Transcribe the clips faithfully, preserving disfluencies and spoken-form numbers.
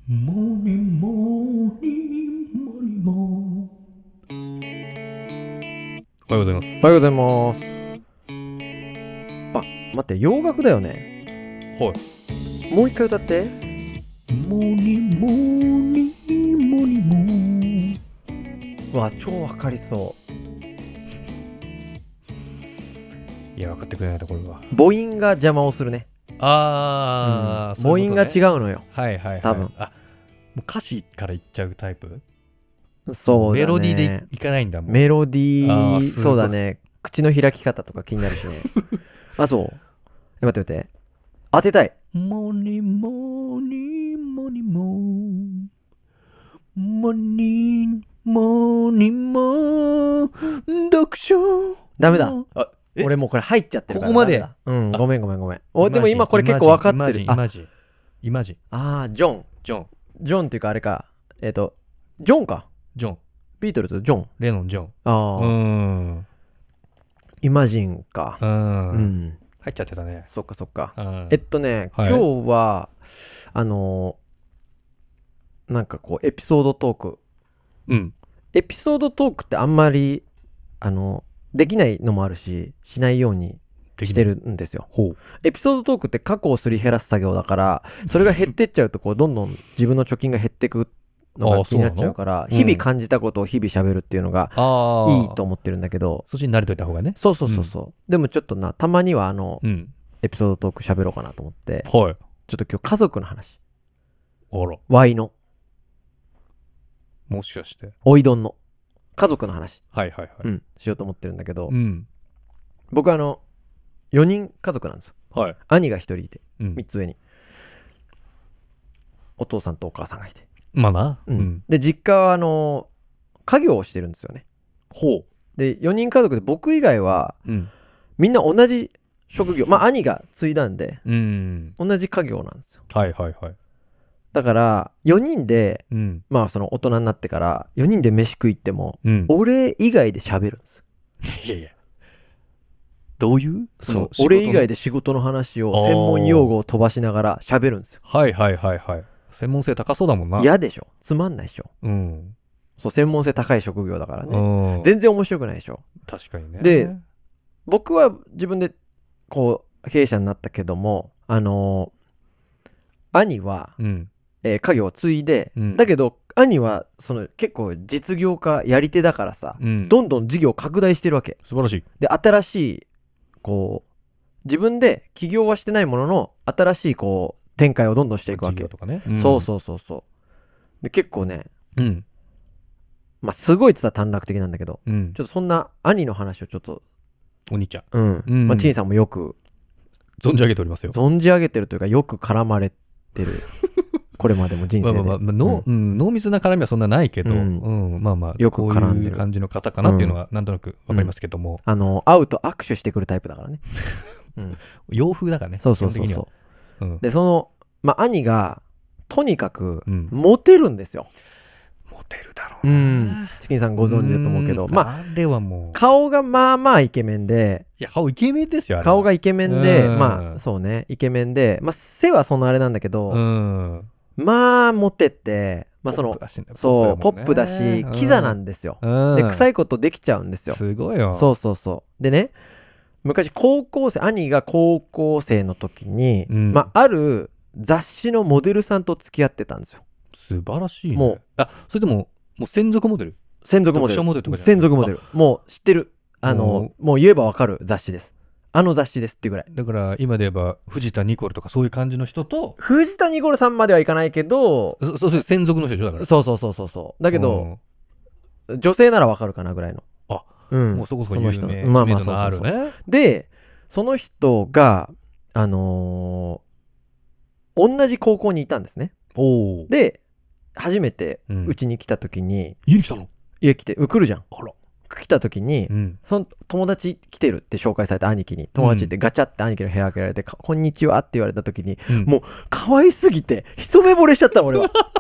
モーニングモーニングモーニングモおはようございます。 おはようございます。あ、待って、洋楽だよね。 はい。 もう一回歌って。 ーモーニングモーニングモーニングモー。 うわ、超わかりそいや、分かってくれないところが。 う。母音が邪魔をするね。 あー、 うん、母音が違う。 うのよ。 はいはいはい。 多分あ、もう歌詞からいっちゃうタイプ。 そうだね。 メロディーでいかないんだもん。 メロディー、 あーすごいそうだね。口の開き方とか気になるしね。あ、そう。え、待って待って。当てたい。 モーニングモーニングモーニングモー。モーニングモーニングモー。読書。 ダメだ。 あ、え俺もうこれ入っちゃってるから。 ここまでダメだ。うん、 あごめんごめんごめん。お、でも今これ結構分かってる。あ、 イマジン、イマジン。 あー、ジョン。 ジョン、 ジョンっていうかあれか。えっと、ジョンか。 ジョン、 ビートルズ、ジョン。 レノン、ジョン。 あうーあ、 ん。 イマジンか。 う。 うんん。 入っちゃってたね。 そっかそっか。 うんえっとね、 はい今日は、あのーなんかこう、エピソードトーク。 うん。 エピソードトークってあんまり、あの、できないのもあるし、しないようにしてるんですよ。 ほう。 エピソードトークって過去をすり減らす作業だから、それが減ってっちゃうと、こう、どんどん自分の貯金が減ってくのあーが気になっちゃうから、 そうなの日々感じたことを日々喋るっていうのがああ。 いいと思ってるんだけど、 そっちに慣れといた方がね。 そうそうそうそう。でもちょっとな、たまにはあの、 うん。 エピソードトーク喋ろうかなと思って、 はい。 ちょっと今日家族の話。 あら。 ワイの、 もしかして。 おいどんの、家族の話、 はいはいはい。 うん、しようと思ってるんだけど、 うん。 僕あの、よにん家族なんですよ。 はい。 兄がひとりいて、 うんみっつ上に。お父さんとお母さんがいて。 まあな。 うん。で、実家はあの、家業をしてるんですよね。 ほで、よにん家族で僕以外は、 う。うん。 みんな同じ職業。まあ兄が継いだんで、 うん。 同じ家業なんですよ。 はいはいはい。 だから、よにんで、 うん。 まあその大人になってから、よにんで飯食い行っても、 うん。 俺以外で喋るんですよ。 いやいや。どういうそう。俺以外で仕事の話を、専門用語を飛ばしながら喋るんですよ。 はいはいはいはい。専門性高そうだもんな。 嫌でしょ？つまんないでしょ？ うん。 そう、専門性高い職業だからね。 うん。 全然面白くないでしょ？ 確かにね。 で、僕は自分で、こう、経営者になったけども、あのー兄は、 うん。 えー家業を継いで、 うんだけど、兄は、その、結構実業家やり手だからさ、 うん。 どんどん事業を拡大してるわけ。 素晴らしい。 で、新しい、こう、自分で起業はしてないものの、新しい、こう、展開をどんどんしていくわけ事業。とかね。 そうそうそうそう。で、結構ね、 うん。うん。 まあ、すごいって言ったら短絡的なんだけど、 うんち。ょっとそんな兄の話をちょっと、 お兄ちゃん。 うん。 うんまあ、チンさんもよく、 存じ上げておりますよ。 存じ上げてるというか、よく絡まれてる。これまでも人生で。 まあまあまあ、のうん、濃密な絡みはそんなないけど、 ううんん、まあまあ、 よく絡んでるこういう感じの方かなっていうのはなんとなくわかりますけども、 あの、会うと握手してくるタイプだからね。うん。 洋風だからね。 そうそうそう基本そ的には。 う。で、その、まあ、兄が、とにかくう、ん。 モテるんですよ。 モテるだろううな。 ん。チキンさんご存知だと思うけど、まあ、 あ、あれはもう、 顔がまあまあイケメンで、 いや、顔イケメンですよ、あれは。 顔がイケメンで、 うんまあ、そうね、イケメンで、まあ、背はそのあれなんだけど、 うん。 まあ、モテて、まあ、そのポップ、だしねそう、ポップだし、キザなんですよ。で、臭いいことできちゃうんですよ。 すごいよ。 そうそうそう。でね、昔高校生、兄が高校生の時に、 うんまあ、ある雑誌のモデルさんと付き合ってたんですよ。 素晴らしいね。 もう、 あ、それでも、もう専属モデル。 専属モデル。 読者モデルとかじゃない専属モデル。もう知ってる。あのも、 もう言えばわかる雑誌です。あの雑誌ですっていうぐらい。 だから、今で言えば、藤田ニコルとかそういう感じの人と、 藤田ニコルさんまではいかないけど、 そそうそう、専属の人でしょ、だから。 そうそうそうそうそう。だけうど、 ん女性ならわかるかなぐらいの。 あ、 うん。 もうそこそこその人有名、 まあまあ知名度のあるそうそうね。 で、その人が、あのー同じ高校にいたんですね。 おお。 で、初めてうんうちに来た時に、 家に来たの？ 家来て、う来るじゃん。 あら。 来た時に、 うん。 その友達来てるって紹介された兄貴に、友達ってガチャって兄貴の部屋開けられて、かこんにちはって言われた時に、 うんもう可愛すぎて、一目惚れしちゃったの俺は。う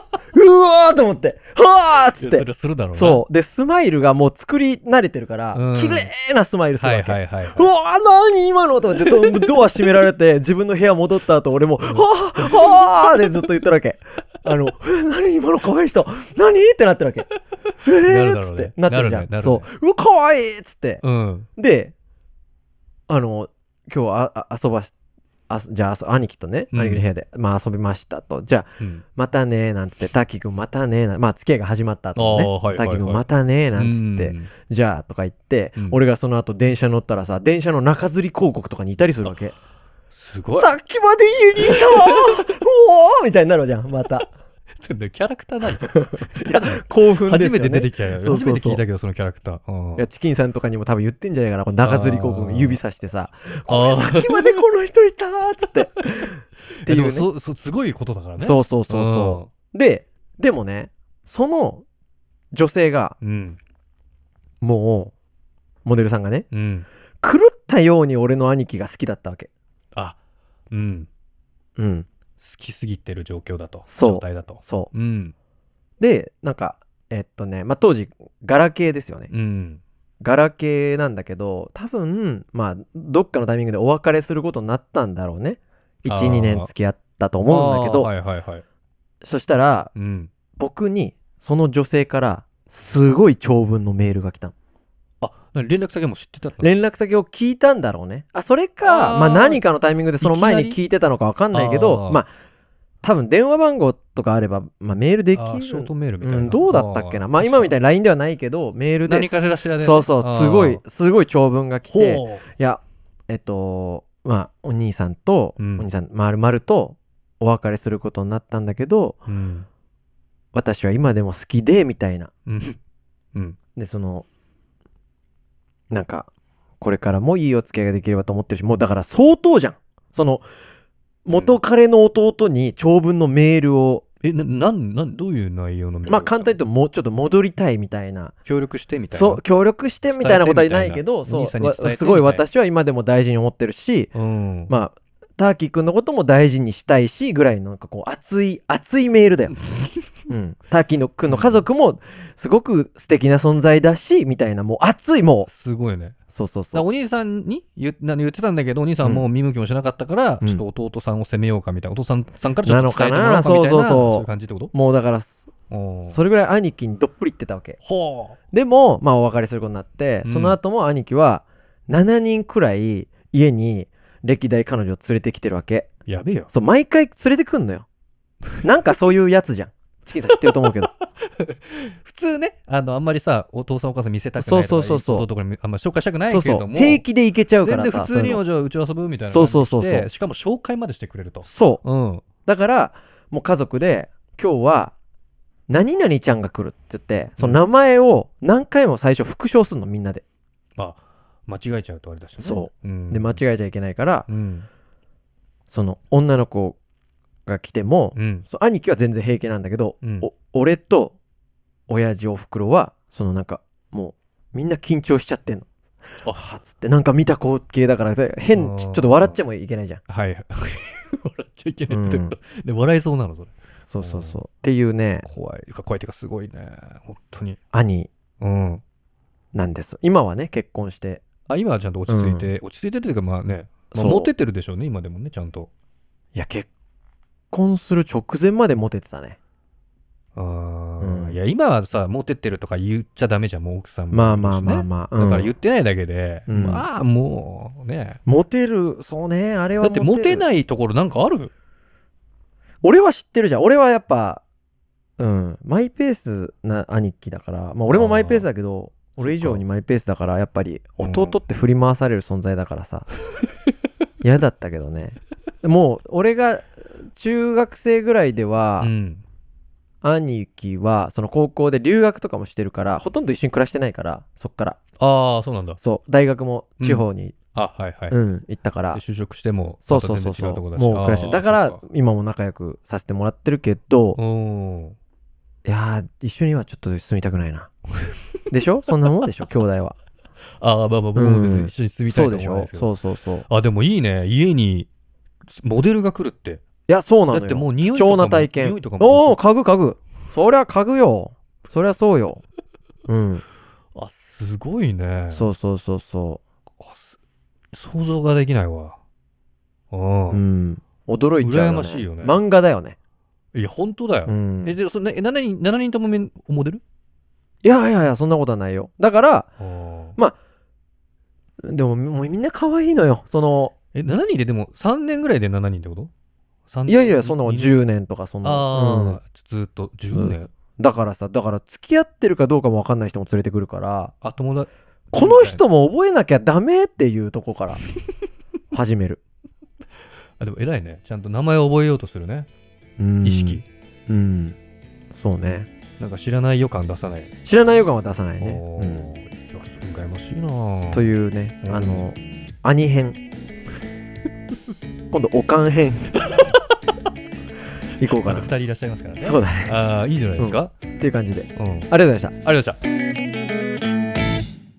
わーと思って、うわーっつっいやそて。 れはするだろうな。 そう。で、スマイルがもう作り慣れてるから、 うん綺麗なスマイルするはいわけ。 はいはいはい。 うわー、なに今のと思って、ドドア閉められて、自分の部屋戻った後、俺も、はぁ、はぁってずっと言ってるわけ。あの、え、なに今の可愛い人、なにってなってるわけ。えーっつって、なってるじゃん。 なるねなるねそう。うわ、可愛いっつって。 うん。 で、あの、今日ああ遊ばし、あじゃあ、兄貴とね、 うん兄貴の部屋で、まあ遊びましたと。じゃあ、 うん。 またねーなんつって、タッキーくんまたねーなんまあ付き合いが始まった後もね、 あーはいはいはいタッキーくんまたねーなんつって、 うんじゃあとか言って、 うん俺がその後電車乗ったらさ、電車の中吊り広告とかにいたりするわけ。 すごい。 さっきまで家にいたわーおーみたいになるじゃん、また。 キャラクターないぞ。キャラ興奮ですよね。 初めて出てきたよ。 そうそうそう初めて聞いたけど、そのキャラクター。うんいや、チキンさんとかにも多分言ってんじゃないかな、この中吊り広告指さしてさ、これあーさっきまでこの人いたーっつって。っていうね。 でもそそすごいことだからね。 そうそうそうそう。で、でもね、その女性が、 うん。うん。 もう、モデルさんがね、 うん。 狂ったように俺の兄貴が好きだったわけ。 あ、うん。 うん。 好きすぎてる状況だと。 そう状態だと。 そうん。 う。で、なんか、えっとね、まあ、当時、ガラケーですよね。 うん。 ガラケーなんだけど、多分、まあ、どっかのタイミングでお別れすることになったんだろうね。いち、 あーにねん付き合ったと思うんだけど、 あーはいはいはい。 そしたら、 うん。 僕に、その女性から、すごい長文のメールが来たの。 あ、な連絡先も知ってたの？ 連絡先を聞いたんだろうね。あ、それか、 あーまあ何かのタイミングでその前にいきなり聞いてたのかわかんないけど、 あーまあ、多分電話番号とかあれば、まあメールできる。 あーショートメールみたいな。 うん、どうだったっけな。 あーまあ今みたいに ライン ではないけど、メールで。 何かしらしらでね。 そうそう、すごい、すごい長文が来て、いほや、えっと、まあ、お兄さんと、 うんお兄さん、まるまるとお別れすることになったんだけど、 う。うん。 私は今でも好きで、みたいな。 うん。うん。 で、その、なんか、これからもいいお付き合いができればと思ってるし、もうだから相当じゃん。その、元彼の弟に長文のメールを、 え、な、なん、なん、どういう内容のメールまあ簡単に言うともうちょっと戻りたいみたいな。 協力してみたいな。 そう、協力してみたいなことはないけど、 伝えてみたいなお兄さんにそう、 伝えてみたいなすごい私は今でも大事に思ってるし、 うん。 まあ、ターキーくんのことも大事にしたいし、ぐらいのなんかこう熱い、熱いメールだよ。うん。ターキーのくんの家族もすごく素敵な存在だし、みたいな、もう熱い、もう。 すごいね。 そうそうそう。 だからお兄さんに言な言ってたんだけど、お兄さんはもう見向きもしなかったから、 うんちょっと弟さんを責めようかみたいな、お父さんさんからちょっと伝えてもらおうかみたいな、 なのかなそうそうそうそういう感じってこと？ もうだから、 おーそれぐらい兄貴にどっぷり言ってたわけ。 ほでも、まあお別れすることになって、 うんその後も兄貴はしちにんくらい家に歴代彼女を連れてきてるわけ。 う。やべえよ。 そう、毎回連れてくんのよ。なんかそういうやつじゃん。チキンさん知ってると思うけど。 普通ね、あの、あんまりさ、お父さんお母さん見せたくないとか、 そうそうそうそう弟とかにあんま紹介したくないそうそう。 けれども、 平気で行けちゃうか全然らさ。 普通におそういうのじゃあうち遊ぶみたいなそう感じでそうそうそうしかも紹介までしてくれると。 そう。 うん。 だから、もう家族で、今日は、何々ちゃんが来るって言って、その名前を何回も最初復唱するの、みんなで。 あ、間違えちゃうとあれだしね。。 そうん、 で、間違えちゃいけないから、 うん。 その女の子が来ても、 うん。 そう兄貴は全然平気なんだけど、 うんお俺と親父おふくろはそのなんかもうみんな緊張しちゃってんの。 あはっつってなんか見た光景だから変あーちょちょっと笑っちゃもいけないじゃん。 はい。笑っちゃいけないってこと。 うで、笑いそうなの、それ。 そうそうそう。っていうね怖い。怖いっていうかすごいね。本当に。 兄うん。 なんです。今はね結婚して。 あ、今はちゃんと落ち着いて、落ち着いてるっていうか、まあね、まあ、 そうモテてるでしょうね、今でもね、ちゃんと。 いや結婚する直前までモテてたね。 あー、 うんいや、今はさ、モテてるとか言っちゃダメじゃん、もう奥さんもいるしね。 まあまあまあまあ。うんだから言ってないだけで、 うんまあもうね。 モテるそうねあれはだってモテい。 ないところなんかある？ 俺は知ってるじゃん。俺はやっぱ、うん、マイペースな兄貴だから、まあ俺もマイペースだけど、 ー俺以上にマイペースだから、やっぱりうん弟って振り回される存在だからさ、嫌だったけどね。もう俺が中学生ぐらいでは、 うん。 兄貴はその高校で留学とかもしてるから、ほとんど一緒に暮らしてないから、そっから。 ああ、そうなんだ。 そう、大学も地方に、 あ、はいはい。 うん、行ったからで、就職しても、 そうそうそうそう、 また全然違うとこだしもう暮らしてあーだからそっか今も仲良くさせてもらってるけど、 うん。 いやー、一緒にはちょっと住みたくないな。でしょそんなもんでしょ兄弟は。 ああ、まあまあ、僕も別うんに一緒に住みたいそうでしょと思わないですけど。 そうそうそう。 あ、でもいいね。家にモデルが来るって。 いや、そうなのよ。 だってもう匂い貴とかも重な体験匂いとか。もおお、家具家具。 そりゃ嗅ぐよ。そりゃそうよ。うん。 あ、すごいね。 そうそうそうそあす想像ができないわ。う。 う。うんん。驚いちゃうよ、ね。 羨ましいよね漫画だよね。 いや、本当だよ。 うん。 え、で、それ、ななにん、ななにんともめモデル？ いやいやいや、そんなことはないよ。だから、 あーでも、もうみんな可愛いのよ。その、 え、しちにんででもさんねんぐらいでしちにんってこと ?さんいやいや、そんなにじゅうねんとか、そんな。うんああ、ずーっとじゅうねん。 だからさ、だから付き合ってるかどうかも分かんない人も連れてくるから、 あ、友達。 この人も覚えなきゃダメっていうとこから始める。 あ、でも偉いね。ちゃんと名前を覚えようとするね。 うん意識。 うん。そうね。 なんか知らない予感出さない。 知らない予感は出さないね。 おーうん、 いや、羨ましいなぁ。 というね、 うんあの、兄編。今度、おかん編。行こうかなまだふ。たりいらっしゃいますからね。 そうだね。 ああ、いいじゃないですか。 っていう感じで。 うん。ありがとうありがとうございました。 ございました。